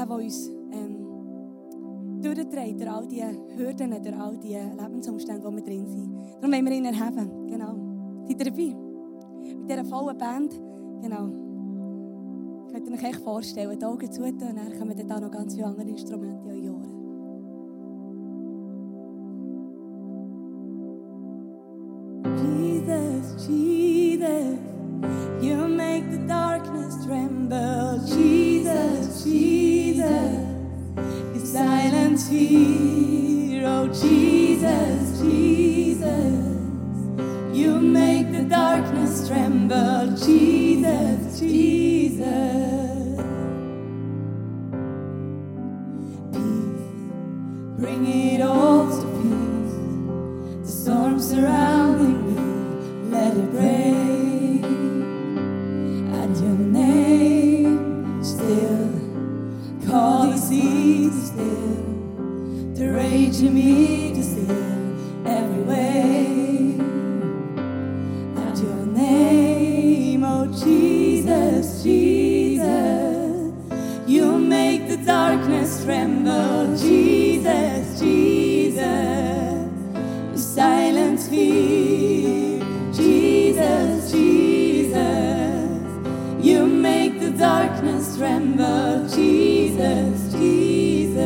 der uns durchträgt, durch all diese Hürden, durch all diese Lebensumstände, wo wir drin sind. Darum wollen wir ihn erheben. Genau. Seid ihr dabei? Mit dieser vollen Band. Genau. Könnt ihr euch echt vorstellen, die Augen zutun, und dann kommen dann da noch ganz viele andere Instrumente in eure Ohren. Jesus, Jesus, you make the darkness tremble. Jesus, Jesus, you silence fear. Oh, Jesus, Jesus, you make the darkness tremble. Jesus, Jesus, peace, bring it all to peace. The storm surrounding me, let it break. At your name, still, call the seas still, to rage in me to still every wave. At your name, oh Jesus, Jesus, you make the darkness tremble. Jesus, Jesus, you silence fear. Jesus, Jesus, you make the darkness tremble. Jesus, Jesus,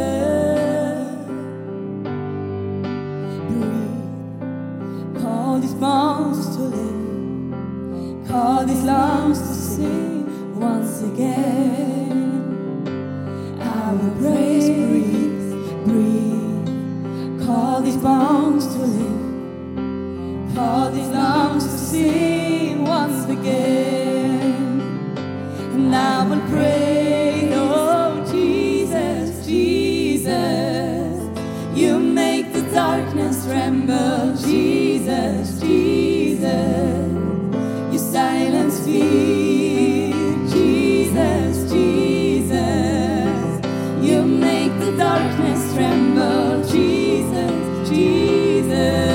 breathe, call these bones to live, call these lungs to sing once again. I will praise, breathe, breathe, call these bones to live, call these lungs to sing once again. And I will pray, oh Jesus, Jesus, you make the darkness tremble. Jesus, Jesus, you silence fear. Jesus, Jesus, you make the darkness tremble. Jesus, Jesus.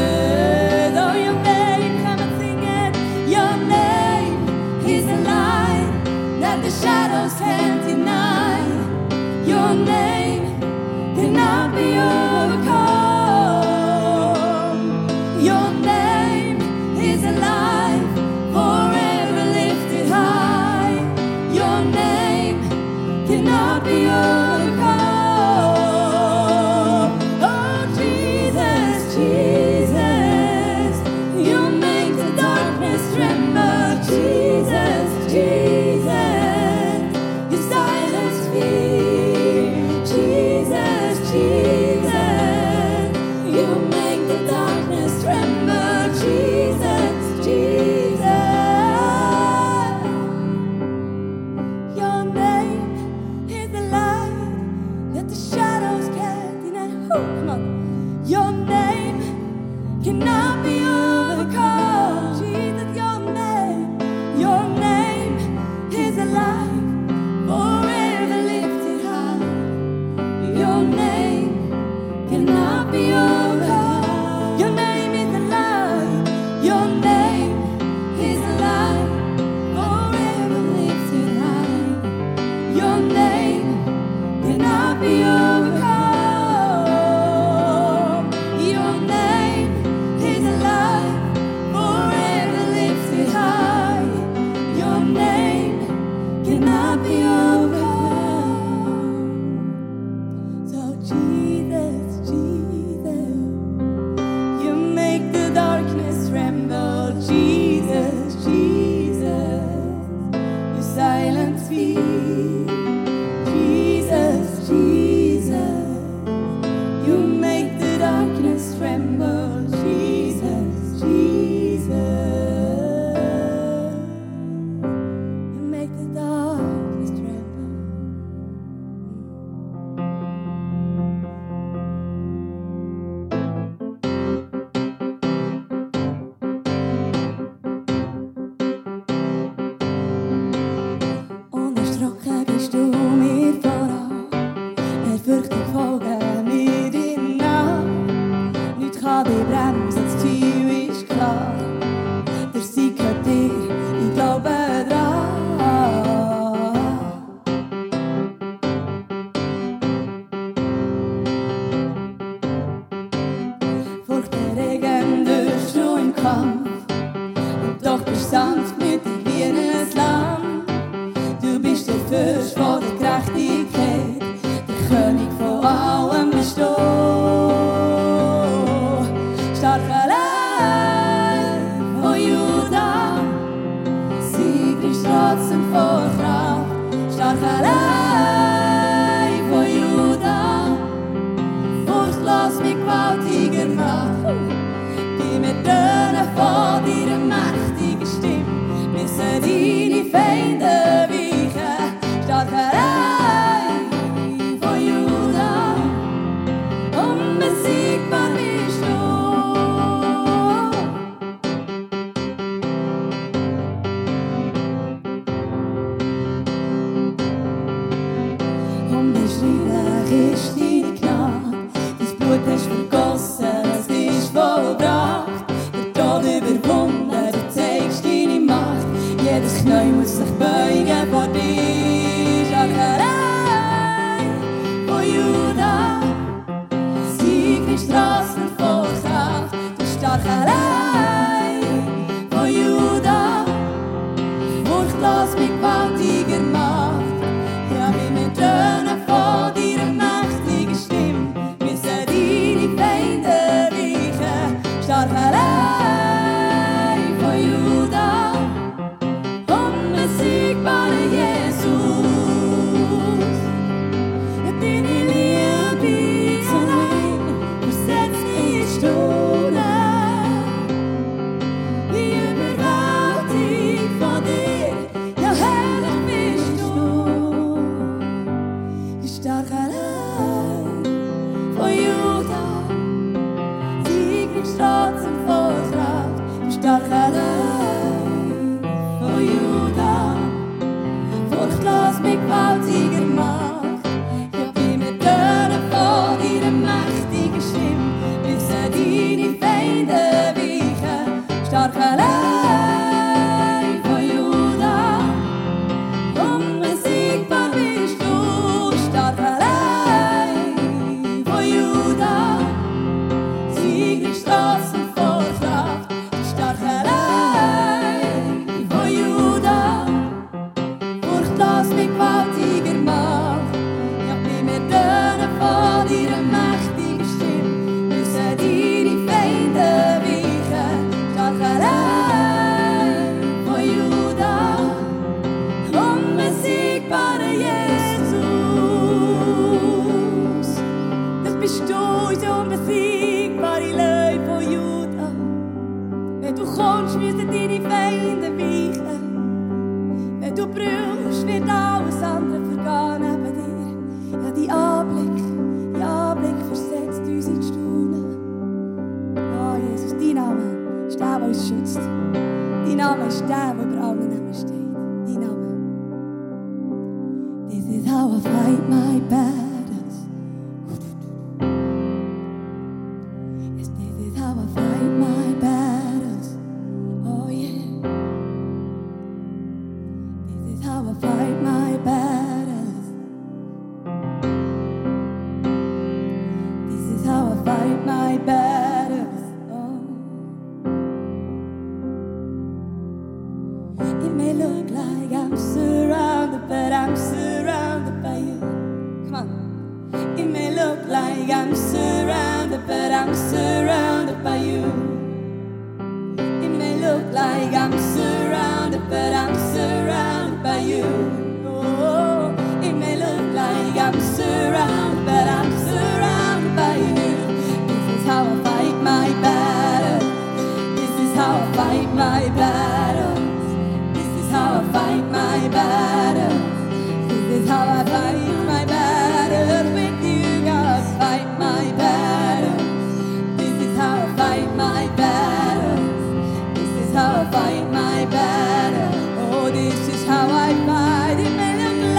The shadows can't deny. Your name cannot be overcome. Your name is alive, forever lifted high. Your name cannot be overcome. Oh Jesus, Jesus, you make the darkness tremble. Jesus, Jesus, Your name is alive. der Gerechtigkeit, der König von allem besteht. Starker Leib von Juda, Sieger ist trotzdem voll Kraft. Starker Leib von Juda, furchtlos mit gewaltiger Macht. Gib mir Töne von deiner mächtigen Stimme, müssen deine Feinde weichen. Starker Leib von Juda, unbesiegbar bist du. Unbeschreiblich ist deine Gnade, dein Blut hast vergossen, es ist vollbracht. Der Tod überwunden, du zeigst deine Macht. Jedes Knie muss sich beugen vor dir. Starker Leib von Juda, Sieger ist Straßen voll Kraft. Du starker Leib von Juda, furchtlos mit gewaltiger Macht. Ja, wie wir tönen von deiner mächtigen Stimme, müssen deine Feinde weichen. Starker Leib von Juda, unbesiegbare Jesus. Deine Liebe zu mir versetzt mich in Staunen. Wie überwältigt von dir, ja herrlich bist du. Starker Leib von Juda, Sieger ist trotzdem voll Kraft. Starker Leib von Juda, furchtlos mit gewaltiger Macht. Ja, bei mir Töne von deiner mächtigen Stimme, müssen deine Feinde weichen. Starker Leib von Juda, unbesiegbar bist du. Starker Leib von Juda, Sieger ist trotzdem voll Kraft. Starker Leib von Juda, furchtlos mit gewaltiger Macht. Ja, bei mir Töne von deiner mächtigen Stimme, müssen deine Feinde weichen. Starker Leib von Juda, unbesiegbare Jesus. Das bist du, unser unbesiegbare Leib von Juda. Wenn du kommst, müssen deine Feinde weichen. Wenn du brüllst, wird alles andere vergehen neben dir. Ja, dein Anblick versetzt uns in Staunen. Oh Jesus, dein Name ist der, der uns schützt. Dein Name ist der, der über allen Namen steht. Dein Name. This is how I fight my battles. Yes, this is how I fight my battles. Oh yeah. This is how I fight my battles. This is how I fight my battles. Oh. It may look like I'm surrounded, but I'm surrounded by you. Come on. It may look like I'm surrounded, but I'm surrounded by you. It may look like I'm surrounded, but I'm surrounded by you. Oh, it may look like I'm surrounded, but I'm surrounded by you. This is how I fight my battle. This is how I fight my battle. This is how I fight my battle. This is how I fight my battle with you, God. Fight my battle. This is how I fight my battle. This is how I fight my battle. Oh, this is how I fight. It may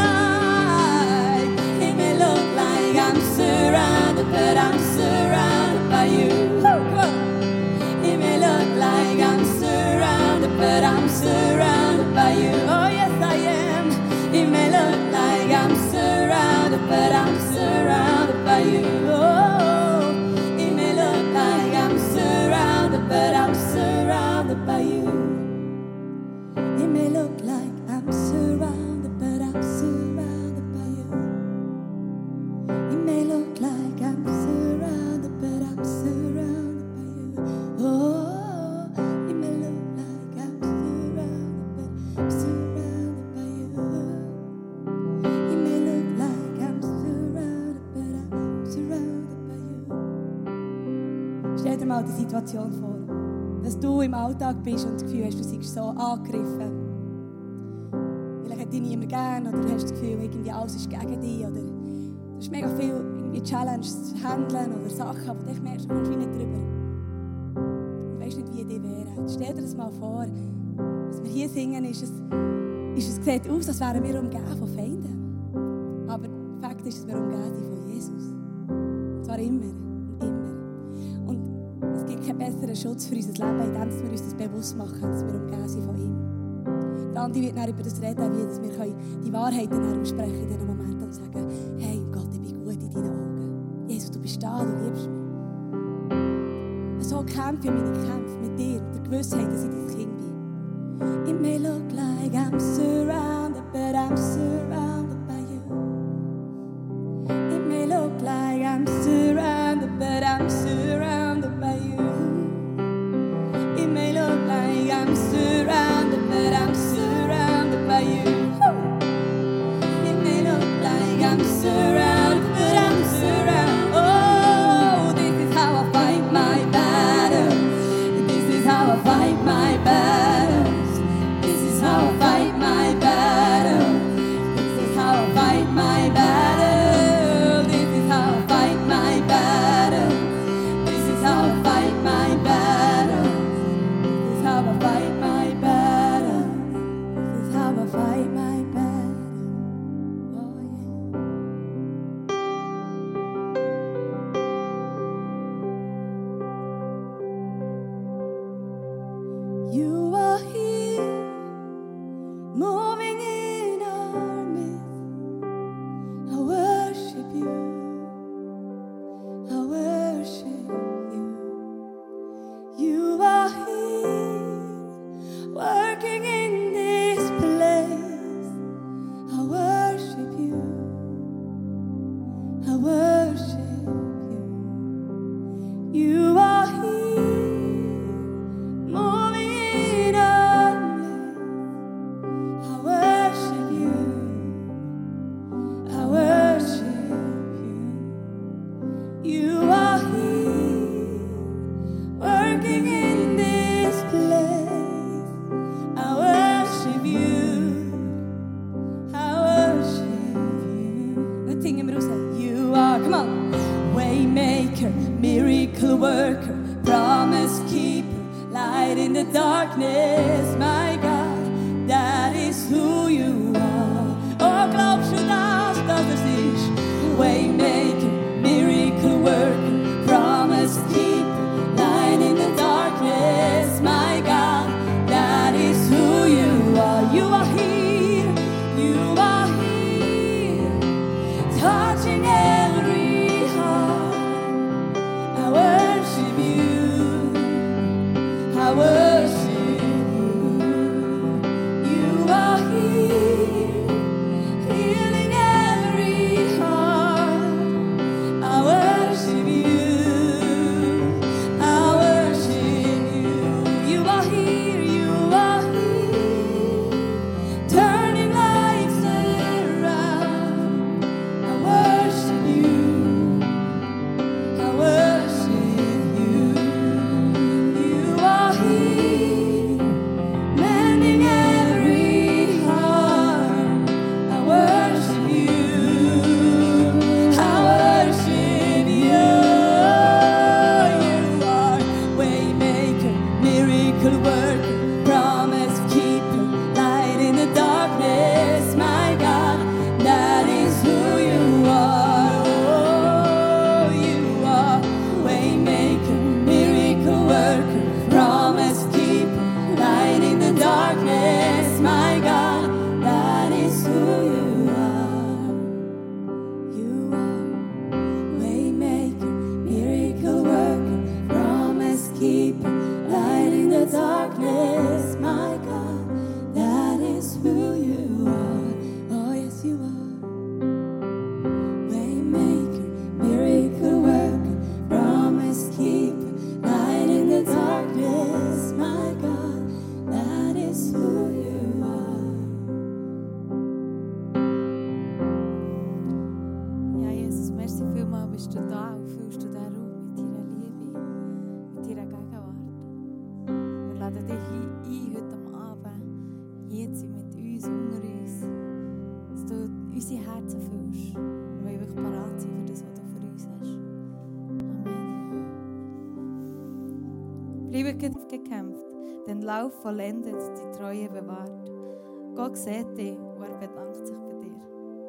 look like I'm surrounded, but I'm surrounded by you. It may look like I'm surrounded, but I'm surrounded by you. Oh yes, I am. It may look like I'm dir mal die Situation vor, dass du im Alltag bist und das Gefühl hast, du seist so angegriffen. Vielleicht hat dich niemand gern oder du hast das Gefühl, irgendwie alles ist gegen dich oder du hast mega viel irgendwie Challenges zu handeln oder Sachen, aber du merkst, du kommst wie nicht drüber. Du weißt nicht, wie die wären. Stell dir das mal vor, was wir hier singen, es sieht aus, als wären wir umgeben von Feinden. Aber Fakt ist, dass wir umgeben sind von Jesus. Und zwar immer und immer. Und es gibt keinen besseren Schutz für unser Leben, indem wir uns das bewusst machen, dass wir umgeben sind von ihm. Der Andi wird dann über das reden, wie dass wir die Wahrheiten aussprechen in diesen Momenten und sagen, hey Gott, ich bin gut in deinen Augen. Jesus, du bist da, du liebst mich. So kämpfe ich meine Kämpfe mit dir, mit der Gewissheit, dass ich dein Kind bin. It may look like I'm surrounded, but I'm surrounded by you. It may look like I'm surrounded, but I'm surrounded by you. It may look like I'm surrounded, but I'm surrounded by you. It may look like I'm surrounded, but I'm surrounded. Oh, this is how I fight my battle. This is how I fight my battles. This is how I fight my battle. This is how I fight my battle. This is how I fight my battle. This is how I fight my battle. This is how I fight my battle. This is how I fight my battle. Oh yeah. You are here, moving in our midst. I worship you. I worship you. You are here, working in this place. I worship you. I worship you. You are here, moving in our midst. I worship you. I worship you. You are here, working in this place. I worship you. I worship you. Let's sing it, Rosa. You are, come on. Waymaker, miracle worker, promise keeper, light in the darkness, my God, that is who you are. Oh, glaubst du das, dass es ist? Waymaker, miracle worker, promise keeper, light in the darkness, my God, that is who you are. You are here, you are here, touching every heart. I worship you, I worship you. You are here, healing every heart. I worship you, I worship you. You are here, turning lives around. I worship you, I worship you. You are here, mending every heart. I worship you, I worship you. You are waymaker, miracle worker, promise keeper, light in the darkness, my God, that is who you are. Oh, you are waymaker, miracle worker, promise keeper, light in the darkness, my God, that is who you are. You are waymaker, miracle worker, promise keeper, light in the darkness, my God, that is who you are. Oh yes, you are. Waymaker, miracle worker, promise keeper, light in the darkness, my God, that is who you are. Ja, Jesus, merci vielmals, bist du da und füllst du den Raum mit deiner Liebe, mit gute gekämpft, den Lauf vollendet, die Treue bewahrt. Gott sieht dich und er bedankt sich bei dir.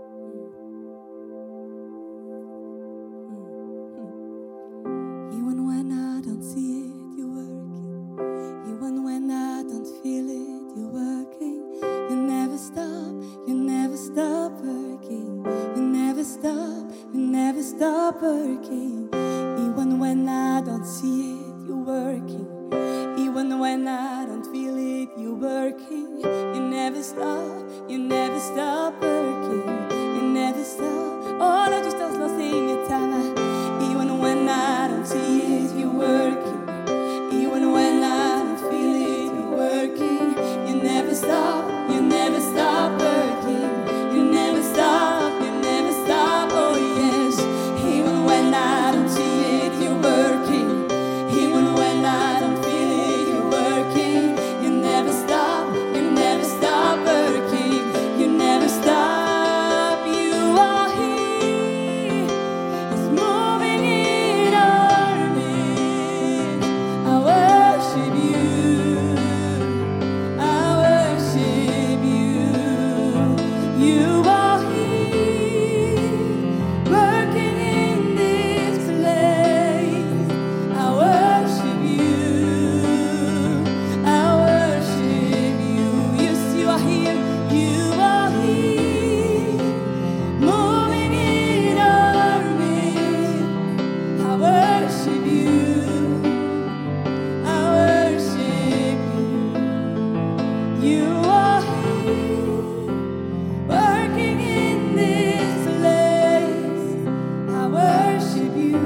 Even when I don't see it, you're working. Even when I don't feel it, you're working. You never stop working. You never stop working. Even when I don't see it, you're working. Even when I don't feel it, you're working. You never stop working. You never stop. Oh, lass uns das noch singen zusammen. Even when I don't see it, you're working. Even when I don't feel it, you're working. You never stop working. You never stop, oh yes. Even when I don't see it, you're working. Even when I don't feel it, you're working. You never stop working. You never stop, you are here. It's moving in our midst. I worship you. I worship you. You are here, working in this place. I worship you. I worship you. Yes, you are here. You are here, moving in our midst. I worship you. I worship you. You are here, working in this place. I worship you.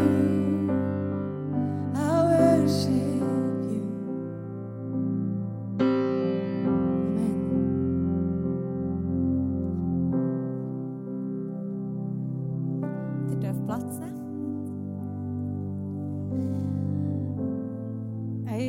I worship you. Amen. Ihr dürft Platz nehmen. Hey.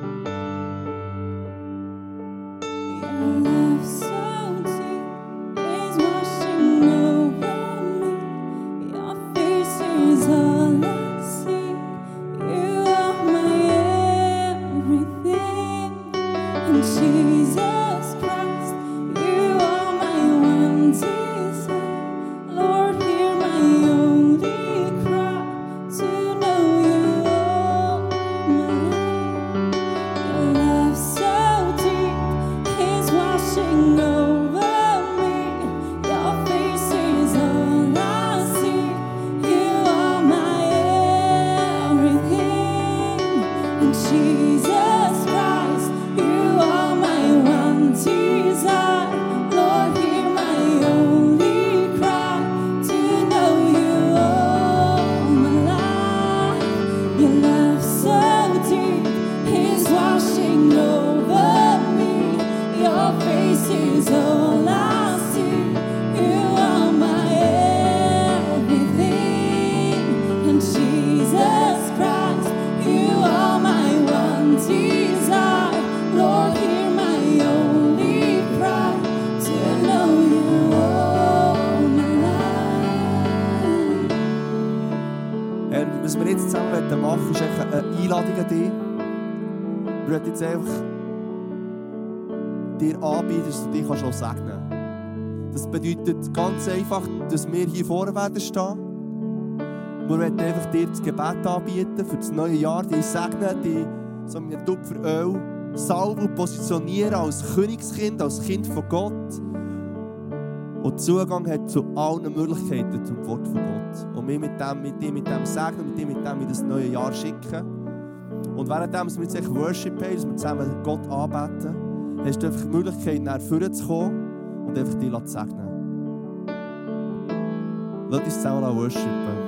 Your love so deep is washing over me. Your face is all I see. You are my everything. And Jesus Christ, you are my one desire. Lord, hear my only cry to know you all my life. Your love so deep is washing over me. Your face is all I see. You are my everything. And Jesus Christ, you are my one desire. Lord, hear my only cry to know you all my life. Your love so deep is washing over me. Your face is all I see. You are my everything. And Jesus Christ, you are my one desire. Lord, hear my only cry to know you all my life. Was wir jetzt zusammen machen wollen, ist einfach eine Einladung an dich. Wir wollen jetzt einfach dir anbieten, dass du dich schon segnen kannst. Das bedeutet ganz einfach, dass wir hier vorne werden stehen. Wir wollen einfach dir das Gebet anbieten für das neue Jahr, dich segnen, dich so mit einem Tupfer Öl salben und positionieren als Königskind, als Kind von Gott. Und Zugang hat zu allen Möglichkeiten zum Wort von Gott. Und wir mit dem segnen, mit dem in das neue Jahr schicken. Und währenddem wir jetzt echt Worship haben, dass wir zusammen Gott anbeten, hast du einfach die Möglichkeit, nach vorne zu kommen und einfach dich zu segnen. Lass uns zusammen worshipen.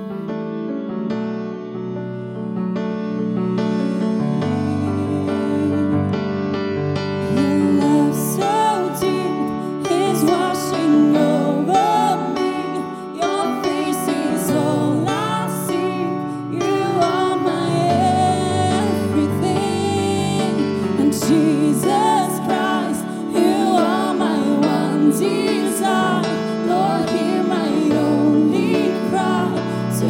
Jesus Christ, you are my one desire. Lord, hear my only cry.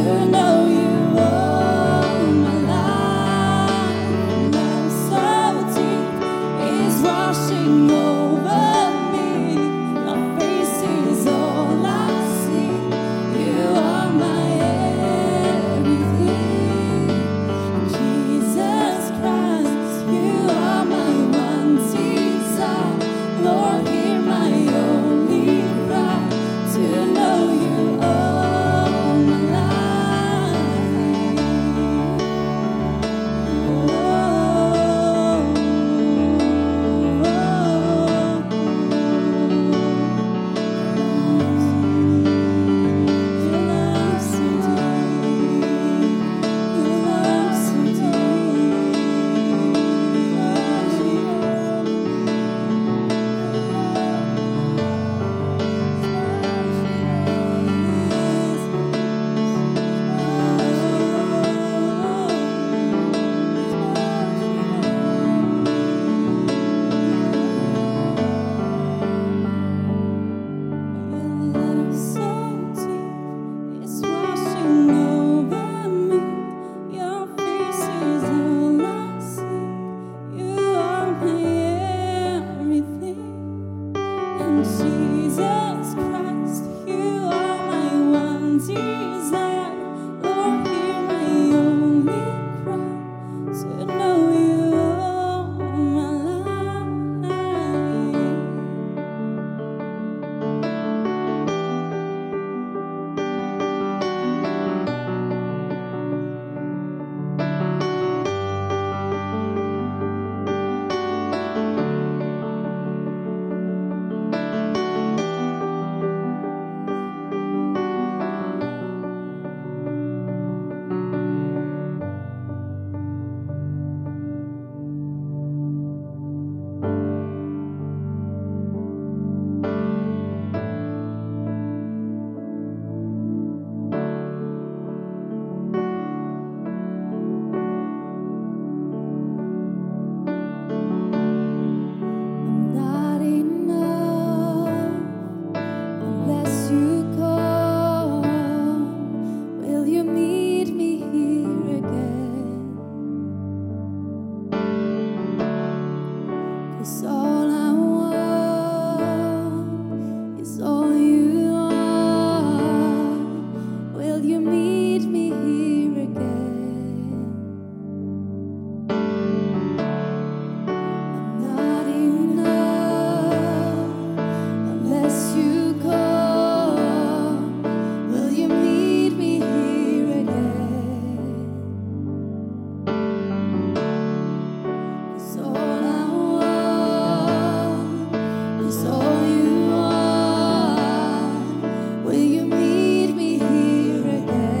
will you meet me here again? I'm not enough unless you come. Will you meet me here again? 'Cause all I want is all you want. Will you meet me here again?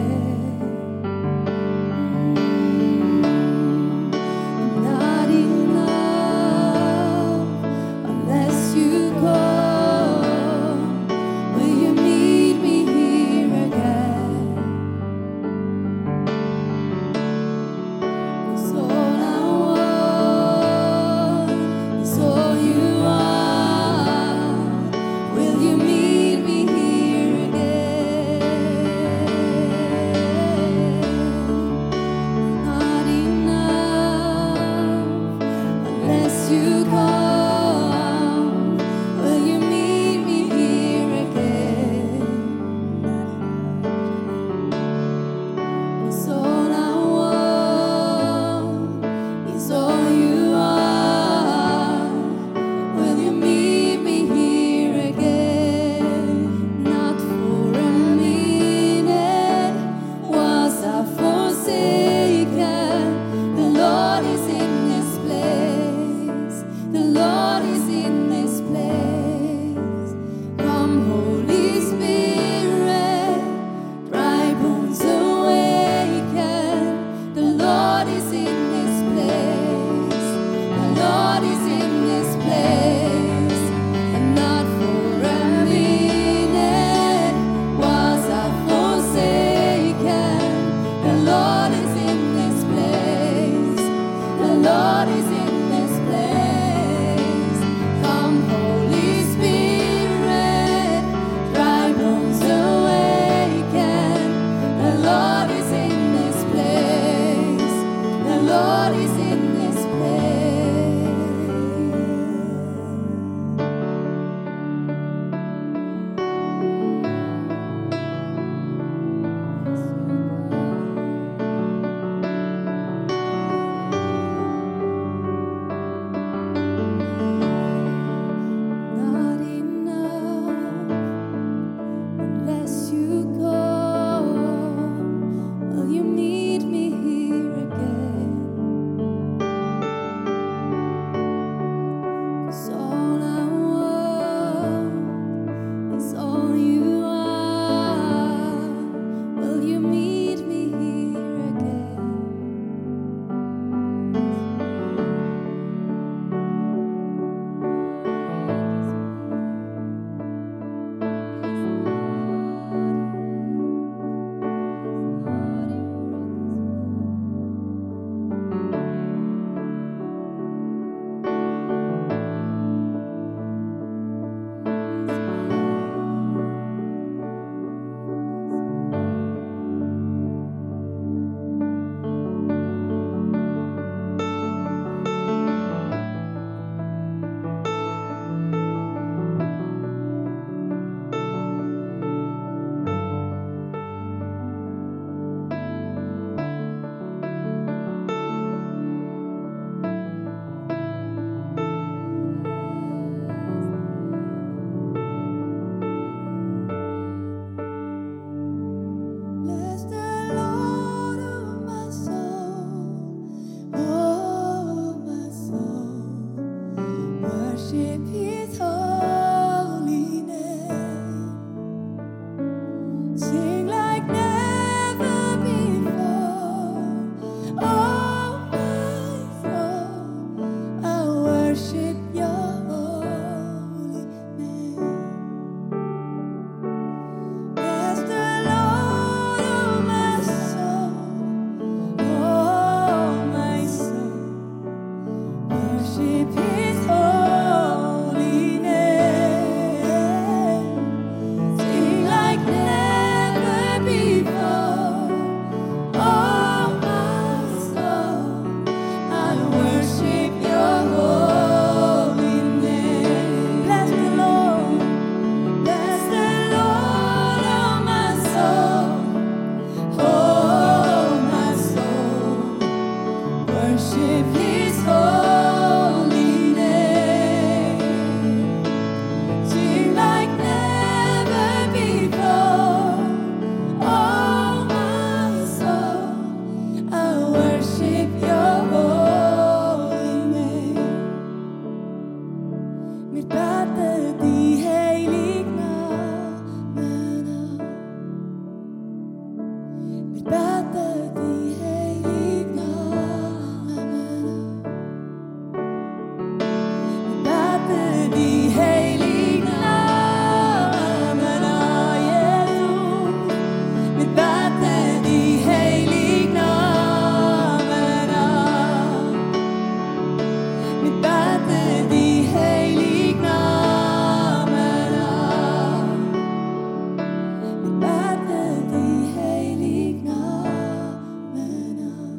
Wir beten die heilige Namen an. Wir beten die heilige Namen an, Jesus. Wir beten die heilige Namen an. Wir beten die heilige Namen an. Wir beten die heilige Namen an.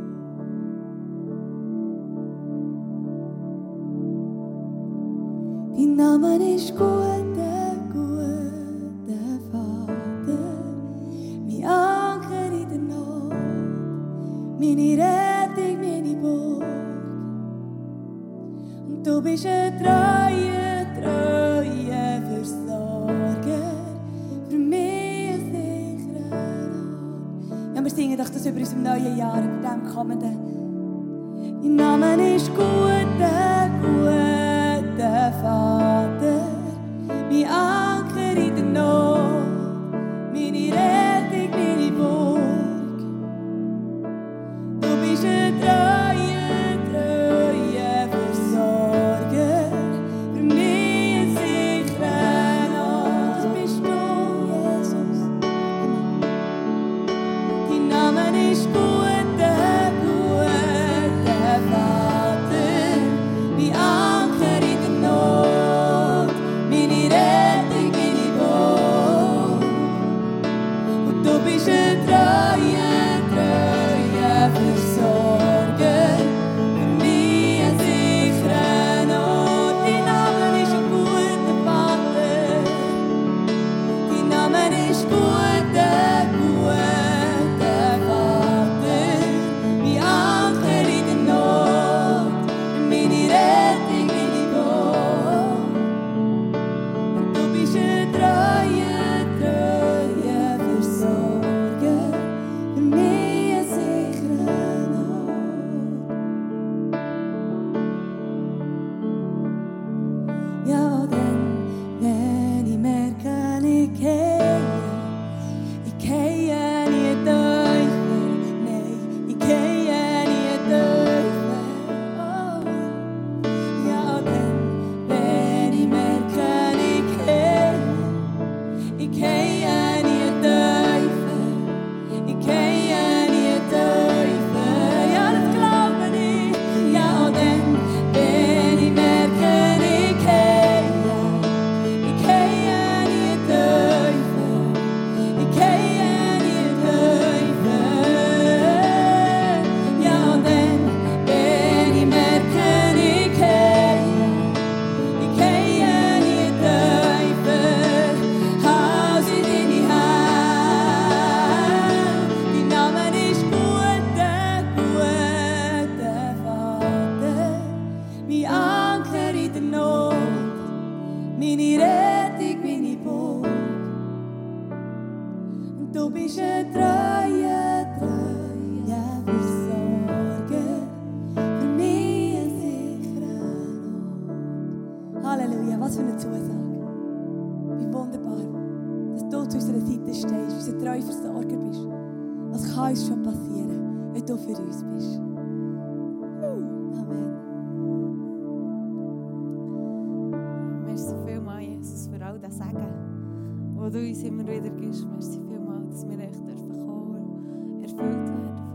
Dein Name ist guter, guter Vater, mein Anker in der Not, meine Rettung, meine Burg. Und du bist ein treuer Versorger, für mich ein sicherer Ort. Ja, wir singen doch das über unserem neuen Jahr, über dem kommenden. Dein Name ist guter, guter Vater, mein Anker in der Not, meine Rettung, meine Burg. Du bist ein treuer Versorger, für mich ein sicherer Ort. Das bist du, Jesus. Dein Name ist guter, guter Vater, mein Anker in der Not, meine Rettung, meine Burg. Und du bist ein treuer Versorger, für mich ein sicherer Ort. Dein Name ist ein guter Vater, dein Name ist guter, guter Vater, mein Anker in der Not, meine Rettung, meine Burg. Und du bist ein treuer Versorger, für mich ein sicherer Ort. Ja, denn wenn ich merke, ich gehe nie tiefer, nein, ich gehe nie tiefer. Oh. Ja, denn wenn ich merke, ich gehe nie tiefer, ich gehe nie tiefer. Ja, das glaube ich. Ja, denn wenn ich merke, ich gehe nie tiefer, ich gehe nie tiefer. Ja, denn wenn ich merke, ich gehe nie tiefer, Haus in deine Hand. Dein Name ist guter, guter Vater, mein Anker in der Not, meine Rettung, meine Burg. Und du bist ein treuer Versorger, für mich ein sicherer Ort. Halleluja, was für eine Zusage. Wie wunderbar, dass du zu unserer Seite stehst, unser treuer Versorger bist. Was kann uns schon passieren, wenn du für uns bist? Amen. Merci vielmals, Jesus, für all das Segen, das du uns immer wieder gibst. Merci vielmals, dass wir echt